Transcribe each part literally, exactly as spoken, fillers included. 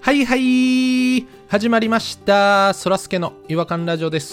はいはい始まりました。そらすけの違和感ラジオです。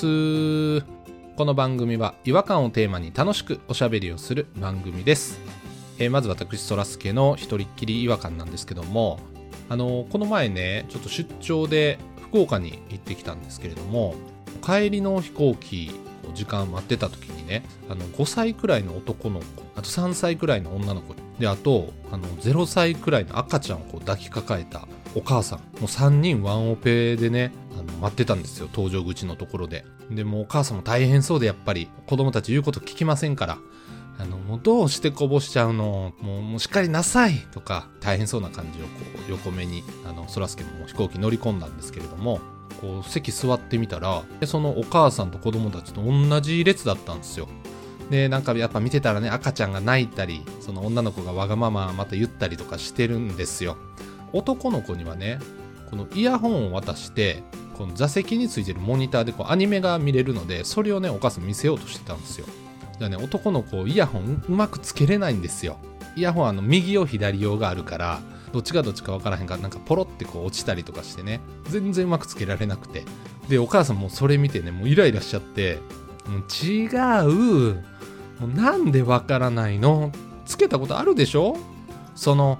この番組は違和感をテーマに楽しくおしゃべりをする番組です。えー、まず私そらすけの一人っきり違和感なんですけども、あのー、この前ねちょっと出張で福岡に行ってきたんですけれども、帰りの飛行機時間待ってた時にね、あのごさいくらいの男の子、あとさんさいくらいの女の子で、あとあのゼロさいくらいの赤ちゃんをこう抱きかかえたお母さんのさんにんワンオペでね、あの待ってたんですよ、搭乗口のところで。でもうお母さんも大変そうで、やっぱり子供たち言うこと聞きませんから、あのもうどうしてこぼしちゃうの、もう、もうしっかりなさいとか大変そうな感じをこう横目に、あのそらすけも飛行機乗り込んだんですけれども、こう席座ってみたら、そのお母さんと子供たちと同じ列だったんですよ。でなんかやっぱ見てたらね、赤ちゃんが泣いたり、その女の子がわがまままた言ったりとかしてるんですよ。男の子にはね、このイヤホンを渡して、この座席についてるモニターでこうアニメが見れるので、それをねお母さん見せようとしてたんですよ。じゃあね、男の子イヤホンうまくつけれないんですよ。イヤホンあの右用左用があるから、どっちがどっちか分からへんから、なんかポロってこう落ちたりとかしてね、全然うまくつけられなくて、でお母さんもそれ見てね、もうイライラしちゃって、もう違う、もうなんで分からないの、つけたことあるでしょ、その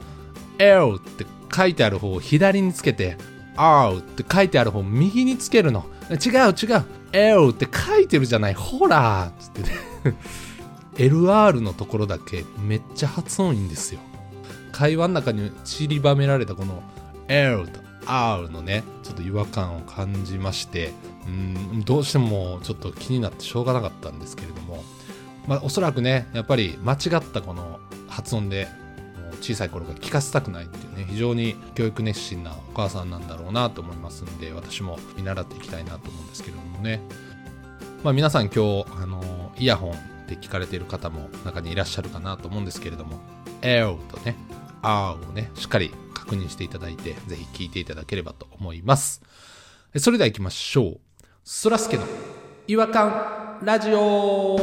L って書いてある方を左につけて R って書いてある方を右につけるの、違う違う L って書いてるじゃない、ほらつってねエルアール のところだけめっちゃ発音いいんですよ。会話の中に散りばめられたこの L と R のね、ちょっと違和感を感じまして、うーんどうしてもちょっと気になってしょうがなかったんですけれども、まあ、おそらくねやっぱり間違ったこの発音でもう小さい頃から聞かせたくないっていうね、非常に教育熱心なお母さんなんだろうなと思いますんで、私も見習っていきたいなと思うんですけれどもね。まあ、皆さん今日あのイヤホンって聞かれている方も中にいらっしゃるかなと思うんですけれども、 L とね R をねしっかり確認していただいて、ぜひ聞いていただければと思います。それでは行きましょう。そらすけの違和感ラジオ。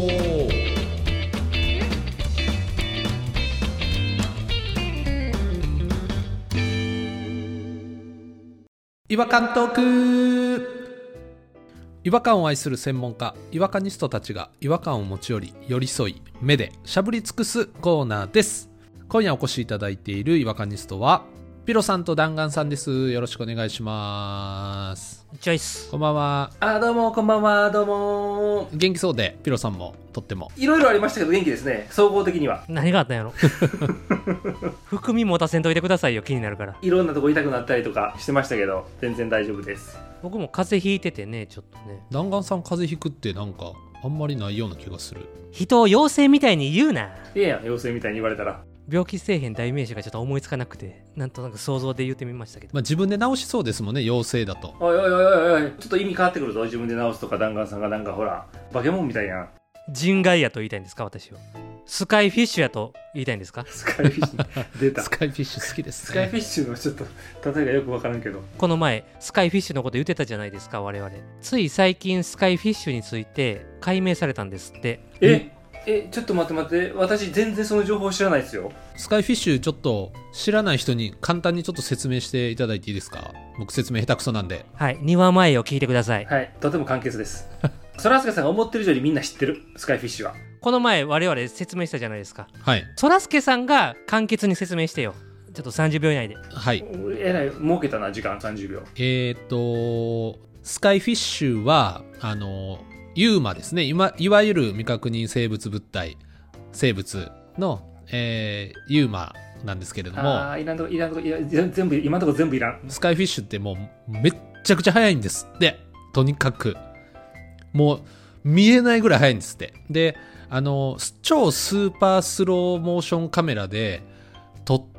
違和感トーク。違和感を愛する専門家違和感ニストたちが違和感を持ち寄り、寄り添い、目でしゃぶり尽くすコーナーです。今夜お越しいただいている違和感ニストはピロさんと弾丸さんです。よろしくお願いします。 チョイス。 こんばんは。 あ、どうもこんばんは。どうも。 元気そうで、ピロさんもとってもいろいろありましたけど元気ですね、総合的には。 何があったんやろ含み持たせんといてくださいよ、気になるから。 いろんなとこ痛くなったりとかしてましたけど、全然大丈夫です。 僕も風邪ひいててね、ちょっとね。 弾丸さん風邪ひくってなんかあんまりないような気がする。 人を妖精みたいに言うな。 いやいや、妖精みたいに言われたら。 病気せえへん代名詞がちょっと思いつかなくて、なんとなく想像で言ってみましたけど、 まあ、自分で治しそうですもんね、妖精だと。 おいおいおいおいおい、ちょっと意味変わってくるぞ。自分で直すとか、弾丸さんがなんかほらバケモンみたいやん。 人外やと言いたいんですか、私は。スカイフィッシュやと言いたいんですか。 スカイフィッシュ出た。 スカイフィッシュ好きですね。 スカイフィッシュのちょっと例えがよくわからんけど、 この前スカイフィッシュのこと言ってたじゃないですか、我々。つい最近スカイフィッシュについて解明されたんですって。 ええ、ちょっと待って待って、私全然その情報知らないですよ。 スカイフィッシュちょっと知らない人に簡単にちょっと説明していただいていいですか。僕説明下手くそなんで。 はい、にわまえを聞いてください。 はい、とても簡潔ですそらすけさんが思ってる以上にみんな知ってる、スカイフィッシュは。 この前我々説明したじゃないですか。 はい。 そらすけさんが簡潔に説明してよ。ちょっとさんじゅうびょう以内で。 はい。 えらい儲けたな、時間さんじゅうびょう。 えっとスカイフィッシュはあのユーマですね。いわ、いわゆる未確認生物物体、生物の、えー、ユーマなんですけれども、 あー、いらんとこいらんとこいらん、全部今のところ全部いらん。 スカイフィッシュってもうめっちゃくちゃ速いんですって。とにかくもう見えないぐらい速いんですって。で、あの超スーパースローモーションカメラで撮って、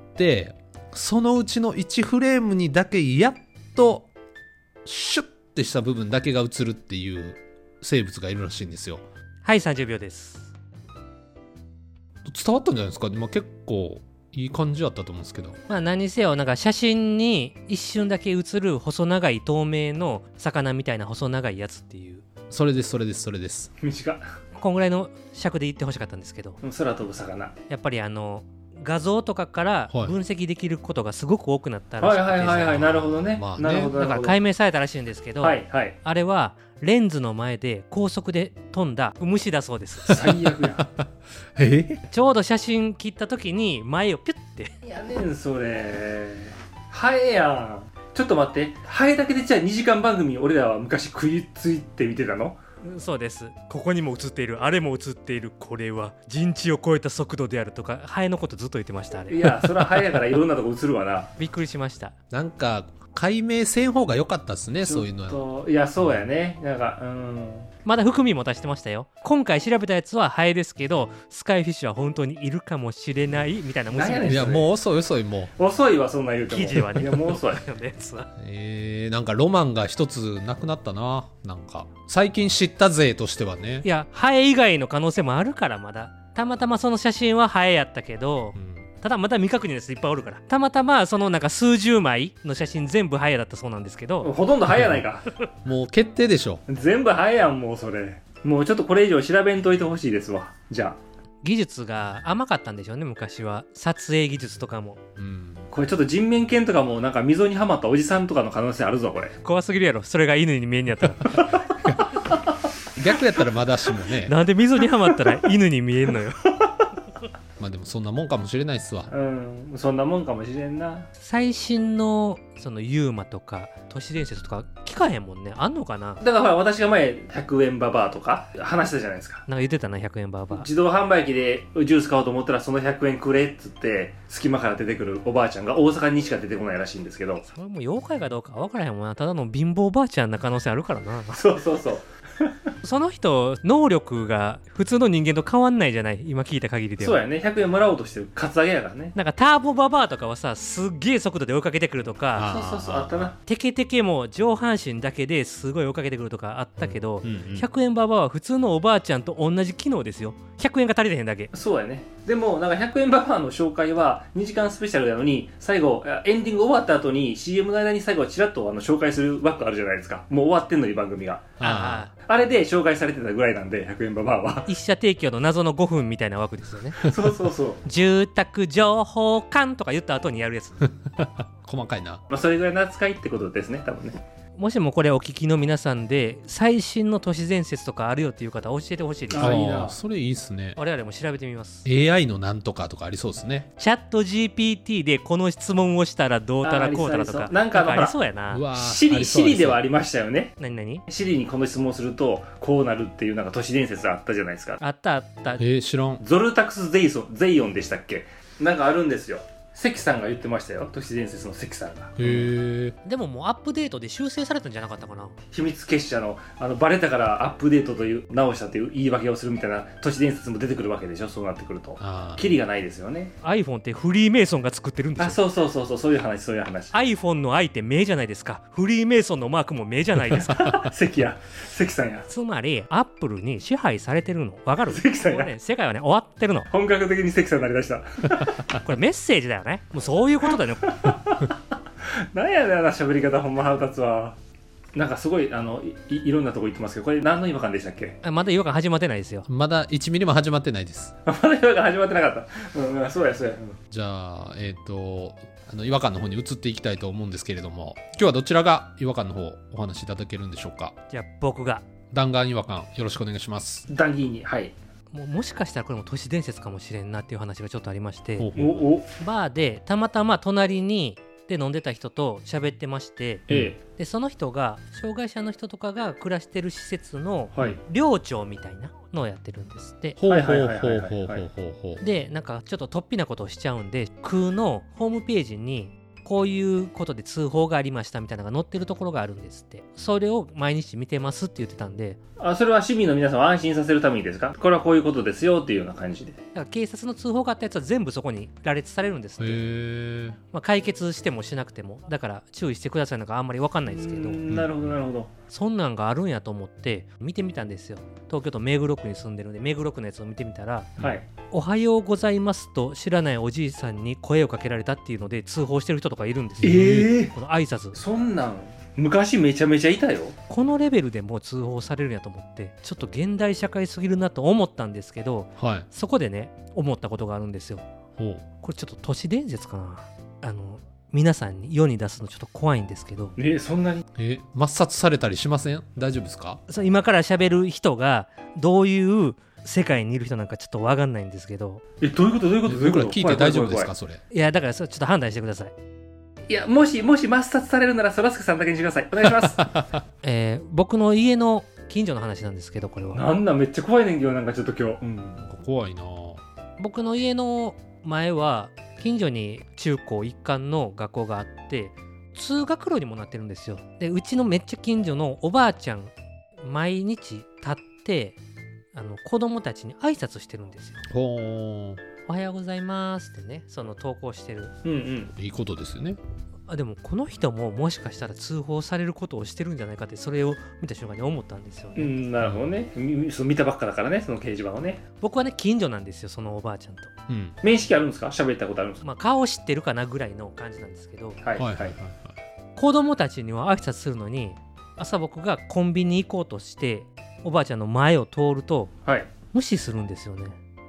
そのうちのいちフレームにだけやっとシュッてした部分だけが映るっていう生物がいるらしいんですよ。 はい、さんじゅうびょうです。 伝わったんじゃないですか。まあ、結構いい感じだったと思うんですけど、 まあ何せよ、なんか写真に一瞬だけ映る細長い透明の魚みたいな細長いやつっていう、 それですそれですそれです。 短っ。 こんぐらいの尺で言ってほしかったんですけど、 空飛ぶ魚。 やっぱりあの画像とかからはい分析できることがすごく多くなったらしくて、 はいはいはいはい、なるほどね、 まあねなるほどなるほど。 だから解明されたらしいんですけど、 はいはい。 あれはレンズの前で高速で飛んだ虫だそうです。 最悪や。 えちょうど写真切った時に前をピュッて。 やねんそれ。ハエやん。ちょっと待って。ハエだけでじゃあにじかん番組俺らは昔食いついて見てたの？ そうです。ここにも映っている、あれも映っている、これは人知を超えた速度であるとか、ハエのことずっと言ってました。あれいや、それはハエやからいろんなとこ映るわな。 びっくりしました。 なんか解明せん方が良かったですね、そういうのは。 ちょっといや、そうやね。なんか、うん。 まだ含みも足してましたよ。今回調べたやつはハエですけど、スカイフィッシュは本当にいるかもしれないみたいななんやねんいやもう遅い遅いもう。 遅いわ、そんなん言うても。 記事はねいや、もう遅い。 やつはえー、なんかロマンが一つなくなったな。なんか最近知った勢としてはねい。や、ハエ以外の可能性もあるから。まだたまたまその写真はハエやったけど、 うん、 ただまだ未確認ですいっぱいおるから、たまたまそのなんか数十枚の写真全部ハエだったそうなんですけど、 ほとんどハエやないか。 もう決定でしょ。 全部ハエやん、もうそれ。もうちょっとこれ以上調べんといてほしいですわ。じゃあ。 技術が甘かったんでしょうね、昔は。撮影技術とかもうん、 これちょっと人面犬とかもなんか溝にはまったおじさんとかの可能性あるぞ、これ。 怖すぎるやろ、それが犬に見えんやったら。 逆やったらまだしもね。 なんで溝にはまったら犬に見えんのよ。 まあでもそんなもんかもしれないっすわ。 うん、そんなもんかもしれんな。 最新のそのユーマとか都市伝説とか聞かへんもんね。あんのかな。 だからほら、私が前ひゃくえんババアとか話したじゃないですか。 なんか言ってたな、ひゃくえんバーバー。 自動販売機でジュース買おうと思ったらそのひゃくえんくれっつって隙間から出てくるおばあちゃんが大阪にしか出てこないらしいんですけど。 それも妖怪かどうか分からへんもんな。ただの貧乏ばあちゃんな可能性あるからな。 そうそうそう。 その人能力が普通の人間と変わんないじゃない、今聞いた限りでは。 そうやね、ひゃくえんもらおうとしてるカツアゲやからね。 なんかターボババアとかはさ、すっげえ速度で追いかけてくるとか、 そうそうそう、あったな。 テケテケも上半身だけですごい追いかけてくるとかあったけど、 うんうん、 ひゃくえんババアは普通のおばあちゃんと同じ機能ですよ。ひゃくえんが足りてへんだけ。 そうやね。でもなんかひゃくえんババアの紹介はにじかんスペシャルなのに、最後エンディング終わった後に シーエム の間に最後ちらっとあの紹介する枠あるじゃないですか。もう終わってんのに番組が。 ああ、 あれで紹介されてたぐらいなんで、ひゃくえんババアは。 一社提供の謎のごふんみたいな枠ですよね。 そうそうそう。 住宅情報館とか言った後にやるやつ。 細かいな。 まあそれぐらいの扱いってことですね、多分ね。 もしもこれお聞きの皆さんで最新の都市伝説とかあるよっていう方教えてほしいです。 あいいなそれいいっすね。 我々も調べてみます。 エーアイ のなんとかとかありそうですね。 チャット ジーピーティー でこの質問をしたらどうたらこうたらとか、 あありそうありそうなんかあのありそうやな。 うわシリ、シリではありましたよね。 何何シリにこの質問するとこうなるっていうなんか都市伝説あったじゃないですか。 あったあった。 えー、知らん。 ゾルタクスゼイソンゼイオンでしたっけ。なんかあるんですよ。関さんが言ってましたよ、都市伝説の関さんが。 へえ。 でももうアップデートで修正されたんじゃなかったかな。 秘密結社のあのバレたからアップデートという直したという言い訳をするみたいな都市伝説も出てくるわけでしょ。そうなってくるとあキリがないですよね。 iPhone ってフリーメイソンが作ってるんですよ。 あ、そうそうそうそう、そういう話、そういう話。 iPhone の I って目じゃないですか。フリーメイソンのマークも目じゃないですか。 関や関さんや。 つまりアップルに支配されてるのわかる。 関さんやもうね、世界はね終わってるの。 本格的に関さんになりだした。 これメッセージだよね。もうそういうことだよ。 なんやねんあの喋り方、ほんま腹立つわ。なんかすごいあの い, い, いろんなとこ行ってますけど、これ何の違和感でしたっけ。 まだ違和感始まってないですよ。 まだいちミリも始まってないです。 まだ違和感始まってなかった。うん、そうやそうや、うん、 じゃあえっ、とあの違和感の方に移っていきたいと思うんですけれども、今日はどちらが違和感の方お話しいただけるんでしょうか。 じゃあ僕が弾丸違和感よろしくお願いします。 談義に、はい。 もうもしかしたらこれも都市伝説かもしれんなっていう話がちょっとありまして、 ほうほう。 おお、 バーでたまたま隣にで飲んでた人と喋ってまして、 えでその人が障害者の人とかが暮らしてる施設のえ、はい。 寮長みたいなのをやってるんですって。 ほうほうはいはいほはいうはいほうほうほうほう。 でなんかちょっと突飛なことをしちゃうんで、空のホームページにこういうことで通報がありましたみたいなのが載ってるところがあるんですって。それを毎日見てますって言ってたんで、 あ、それは市民の皆さんを安心させるためにですか。これはこういうことですよっていうような感じで。 だから警察の通報があったやつは全部そこに羅列されるんですって。 へえ。 まあ、解決してもしなくても、だから注意してくださいのかあんまり分かんないですけど、 うーん、なるほどなるほど。 そんなんがあるんやと思って見てみたんですよ。東京都目黒区に住んでるんで目黒区のやつを見てみたら、 はい。 おはようございますと知らないおじいさんに声をかけられたっていうので通報してる人とかいるんですよ。 ええ、 この挨拶、 そんなん昔めちゃめちゃいたよ。 このレベルでもう通報されるんやと思って、ちょっと現代社会すぎるなと思ったんですけど、 はい。 そこでね思ったことがあるんですよ。 おうこれちょっと都市伝説かな。あの皆さんに世に出すのちょっと怖いんですけど、 えそんなにえ抹殺されたりしません？大丈夫ですか？ そう今から喋る人がどういう世界にいる人なんかちょっと分かんないんですけど、 えどういうことどういうことどういう僕ことら聞いて大丈夫です怖い怖い怖いかそれ？ いやだからそれちょっと判断してください。 いやもしもし抹殺されるならそらすけさんだけにしてください。お願いしますえー僕の家の近所の話なんですけど、これはなんなんめっちゃ怖いねんけどなんかちょっと今日、 うんなんか怖いな。 僕の家の前は近所に中高一貫の学校があって通学路にもなってるんですよ。でうちのめっちゃ近所のおばあちゃん毎日立ってあの子供たちに挨拶してるんですよ。 ほーおはようございますってね、その投稿してる。 うんうんいいことですよね。 あでもこの人ももしかしたら通報されることをしてるんじゃないかって、それを見た瞬間に思ったんですよね、 うんなるほどね。みそう見たばっかだからね、その掲示板をね。 僕はね近所なんですよ、そのおばあちゃんと。 うん面識あるんですか？喋ったことあるんですか？ まあ顔知ってるかなぐらいの感じなんですけど、 はいはいい、 ははいはい子供たちには挨拶するのに朝僕がコンビニ行こうとしておばあちゃんの前を通るとはい、 無視するんですよね。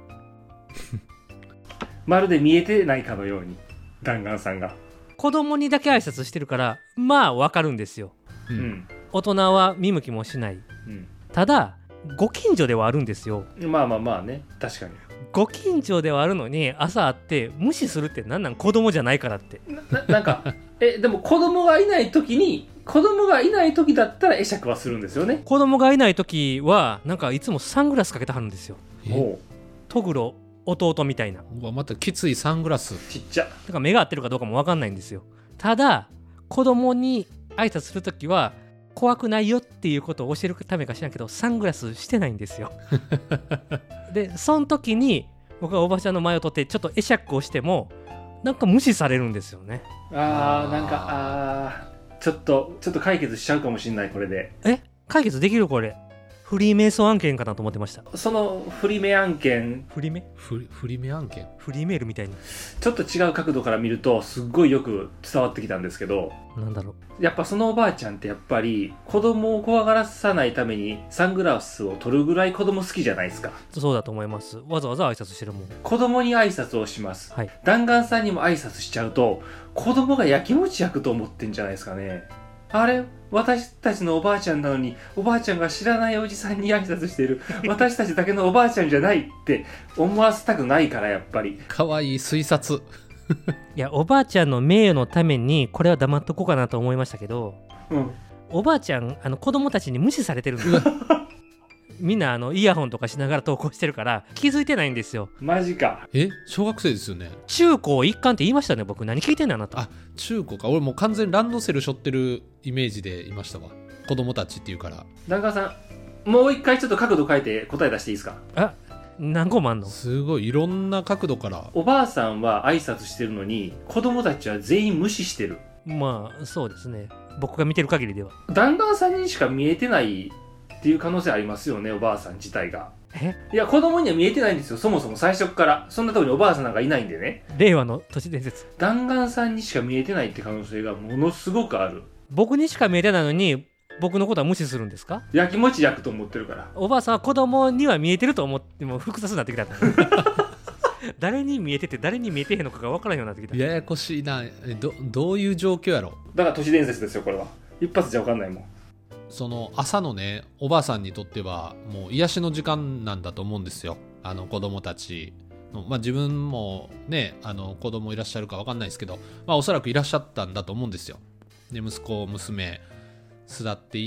まるで見えてないかのように弾丸さんが。 子供にだけ挨拶してるからまあわかるんですよ。 ううんん大人は見向きもしない。 うんただご近所ではあるんですよ。 まあまあまあね、確かに。 ご近所ではあるのに朝会って無視するってなんなん？子供じゃないからって。 なななんかえでも子供がいない時に子供がいない時だったら会釈はするんですよね。 子供がいない時はなんかいつもサングラスかけてはるんですよ。 えおうトグロ弟みたいな。 うわまたきついサングラス。 ちっちゃ。 だから目が合ってるかどうかも分かんないんですよ。ただ子供に挨拶するときは怖くないよっていうことを教えるためか知らんけどサングラスしてないんですよでその時に僕がおばちゃんの前を通ってちょっと会釈をしてもなんか無視されるんですよね。 あーなんかあーちょっとちょっと解決しちゃうかもしれないこれで。 え解決できる？これフリーメイソン案件かなと思ってました。 そのフリメ案件フリメフリフリメ案件。 フリーメールみたいに。 ちょっと違う角度から見るとすっごいよく伝わってきたんですけど、 なんだろやっぱそのおばあちゃんってやっぱり子供を怖がらさないためにサングラスを取るぐらい子供好きじゃないですか。 う、そうだと思います。わざわざ挨拶してるもん。 子供に挨拶をします。 はい。 弾丸さんにも挨拶しちゃうと子供がやきもち焼くと思ってんじゃないですかね。あれ私たちのおばあちゃんなのにおばあちゃんが知らないおじさんに挨拶している私たちだけのおばあちゃんじゃないって思わせたくないから、やっぱりかわいい推察。 いやおばあちゃんの名誉のためにこれは黙っとこうかなと思いましたけど、 うんおばあちゃんあの子供たちに無視されてるんですよみんなあのイヤホンとかしながら投稿してるから気づいてないんですよ。 マジか。 え小学生ですよね。 中高一貫って言いましたね。僕何聞いてんのあなた。 あ中古か。俺もう完全にランドセル背負ってるイメージでいましたわ。子供たちっていうから。 弾丸さんもう一回ちょっと角度変えて答え出していいですか？ あ何個もあんの？ すごいいろんな角度から。 おばあさんは挨拶してるのに子供たちは全員無視してる。 まあそうですね、僕が見てる限りでは。 弾丸さんにしか見えてないっていう可能性ありますよね、おばあさん自体が。 えいや子供には見えてないんですよ、そもそも最初っから。そんなところにおばあさんなんかいないんでね。 令和の都市伝説。 弾丸さんにしか見えてないって可能性がものすごくある。 僕にしか見えてないのに僕のことは無視するんですか？ やきもち焼くと思ってるから。 おばあさんは子供には見えてると思っても複雑になってきた誰に見えてて誰に見えてへんのかが分からんようになってきた。 ややこしいな。えどどういう状況やろ。 だから都市伝説ですよこれは。一発じゃ分かんないもん。 その朝のねおばあさんにとってはもう癒しの時間なんだと思うんですよ。あの子供たちの、まあ、自分もねあの子供いらっしゃるか分かんないですけど、まあ、おそらくいらっしゃったんだと思うんですよ。で息子娘巣立っていって、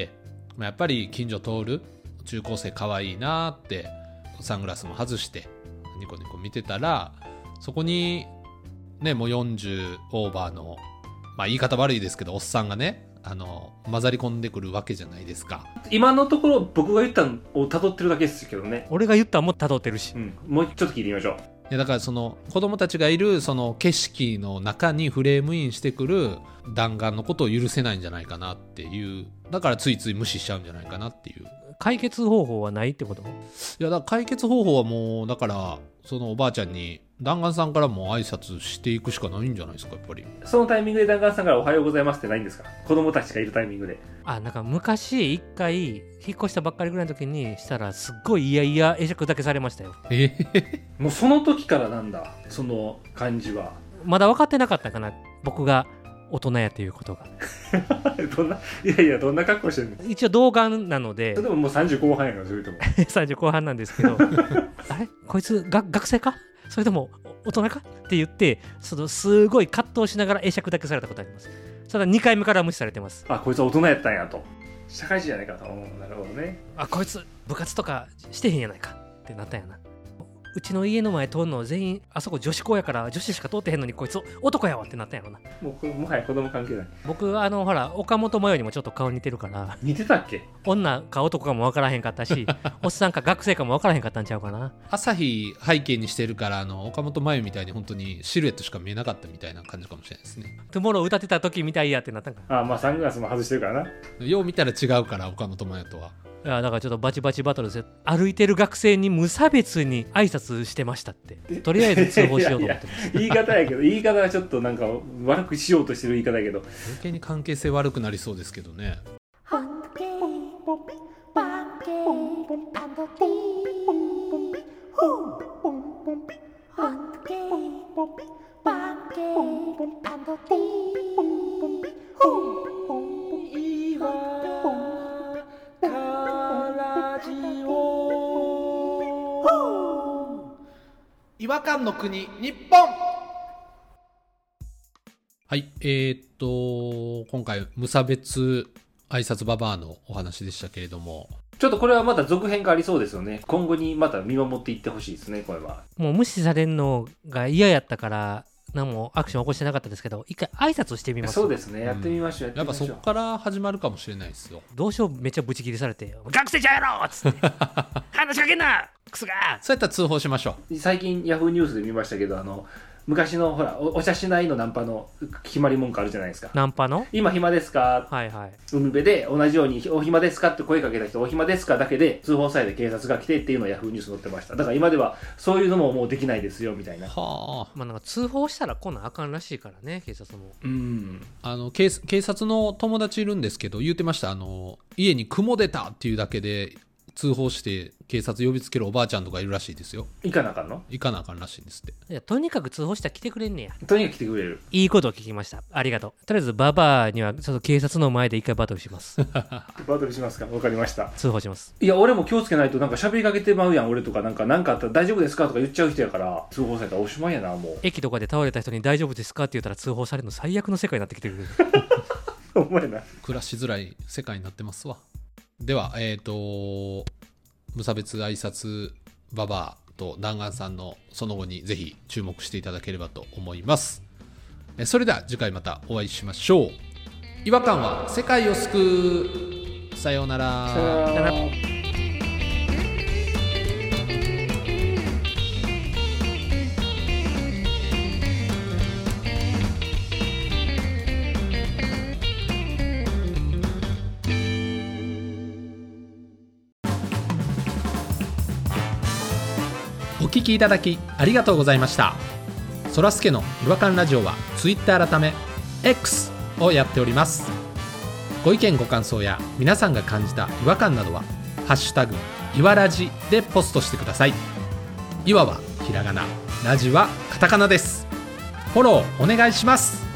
まあ、やっぱり近所通る中高生かわいいなってサングラスも外してニコニコ見てたら、そこにねもうよんじゅうオーバーの、まあ、言い方悪いですけどおっさんがねあの混ざり込んでくるわけじゃないですか。 今のところ僕が言ったのを辿ってるだけですけどね。 俺が言ったんも辿ってるし、 うん、もうちょっと聞いてみましょう。 いやだからその子供たちがいるその景色の中にフレームインしてくる弾丸のことを許せないんじゃないかなっていう、だからついつい無視しちゃうんじゃないかなっていう。 解決方法はないってこと？ いやだから解決方法はもうだからそのおばあちゃんに弾丸さんからも挨拶していくしかないんじゃないですかやっぱり。 そのタイミングで弾丸さんからおはようございますってないんですか？子供たちがいるタイミングで。 あ、なんか昔一回引っ越したばっかりぐらいの時にしたらすっごいいやいや会釈だけされましたよ。 えー、 もうその時からなんだその感じは。 まだ分かってなかったかな、僕が大人やということが。 どんないやいやどんな格好してるの？ 一応童顔なのでそれでももうさんじゅう後半やからそれともさんじゅう後半なんですけどあれこいつが学生かそれとも大人かって言ってそのすごい葛藤しながら会釈だけされたことあります。ただにかいめから無視されてます。 あこいつは大人やったんやと、社会人じゃないかと。なるほどね。 あこいつ部活とかしてへんやないかってなったんやな。うちの家の前通るの全員あそこ女子校やから女子しか通ってへんのにこいつ男やわってなったんやろな。 もうもはや子供関係ない。 僕あのほら岡本真代にもちょっと顔似てるから似てたっけ？ 女か男かも分からへんかったしおっさんか学生かも分からへんかったんちゃうかな。 朝日背景にしてるからあの岡本真代みたいに本当にシルエットしか見えなかったみたいな感じかもしれないですね。 トゥモロー歌ってた時みたいやってなったんか。 あまあサングラスも外してるからな。 よう見たら違うから岡本真代とは。 いやだからちょっとバチバチバトルで歩いてる学生に無差別に挨拶してましたってとりあえず通報しようと思ってますいやいや言い方やけど言い方はちょっとなんか悪くしようとしてる言い方やけど余計に関係性悪くなりそうですけどね。違和感の国日本。はいえー、っと今回無差別挨拶ババアのお話でしたけれども、 ちょっとこれはまた続編がありそうですよね。今後にまた見守っていってほしいですね。これはもう無視されるのが嫌やったから何もアクション起こしてなかったですけど一回挨拶してみます。 そうですね、やってみましょう、 うん、やっぱそこから始まるかもしれないですよ。 どうしようめっちゃブチ切りされて学生ちゃうやろっつって話しかけんなクソがそうやったら通報しましょう。 最近ヤフーニュースで見ましたけど、あの昔のほら お, お茶しないのナンパの決まり文句あるじゃないですか。 ナンパの今暇ですか、 はいはい、 海辺で同じようにお暇ですかって声かけた人お暇ですかだけで通報されて警察が来てっていうのをヤフーニュース載ってました。だから今ではそういうのももうできないですよみたいな。 はあ、 まあなんか通報したらこんなんあかんらしいからね警察も。 うんあの 警, 警察の友達いるんですけど言ってました。あの家に雲出たっていうだけで通報して警察呼びつけるおばあちゃんとかいるらしいですよ。 行かなあかんの？ 行かなあかんらしいんですって。 いやとにかく通報したら来てくれんねや。 とにかく来てくれる。 いいことを聞きました。ありがとう。とりあえずババアにはちょっと警察の前で一回バトルしますバトルしますか？わかりました。 通報します。 いや俺も気をつけないとなんか喋りかけてまうやん俺とか。なんか何かあったら大丈夫ですかとか言っちゃう人やから通報されたらおしまいやな。もう駅とかで倒れた人に大丈夫ですかって言ったら通報されるの最悪の世界になってきてるお前な暮らしづらい世界になってますわ。ではえっ、ー、と無差別挨拶ババアと弾丸さんのその後にぜひ注目していただければと思います。それでは次回またお会いしましょう。違和感は世界を救う。さようなら。 さようなら。 お聞きいただきありがとうございました。そらすけの違和感ラジオは Twitter 改め X をやっております。ご意見ご感想や皆さんが感じた違和感などはハッシュタグいわらじでポストしてください。いわはひらがな、ラジはカタカナです。フォローお願いします。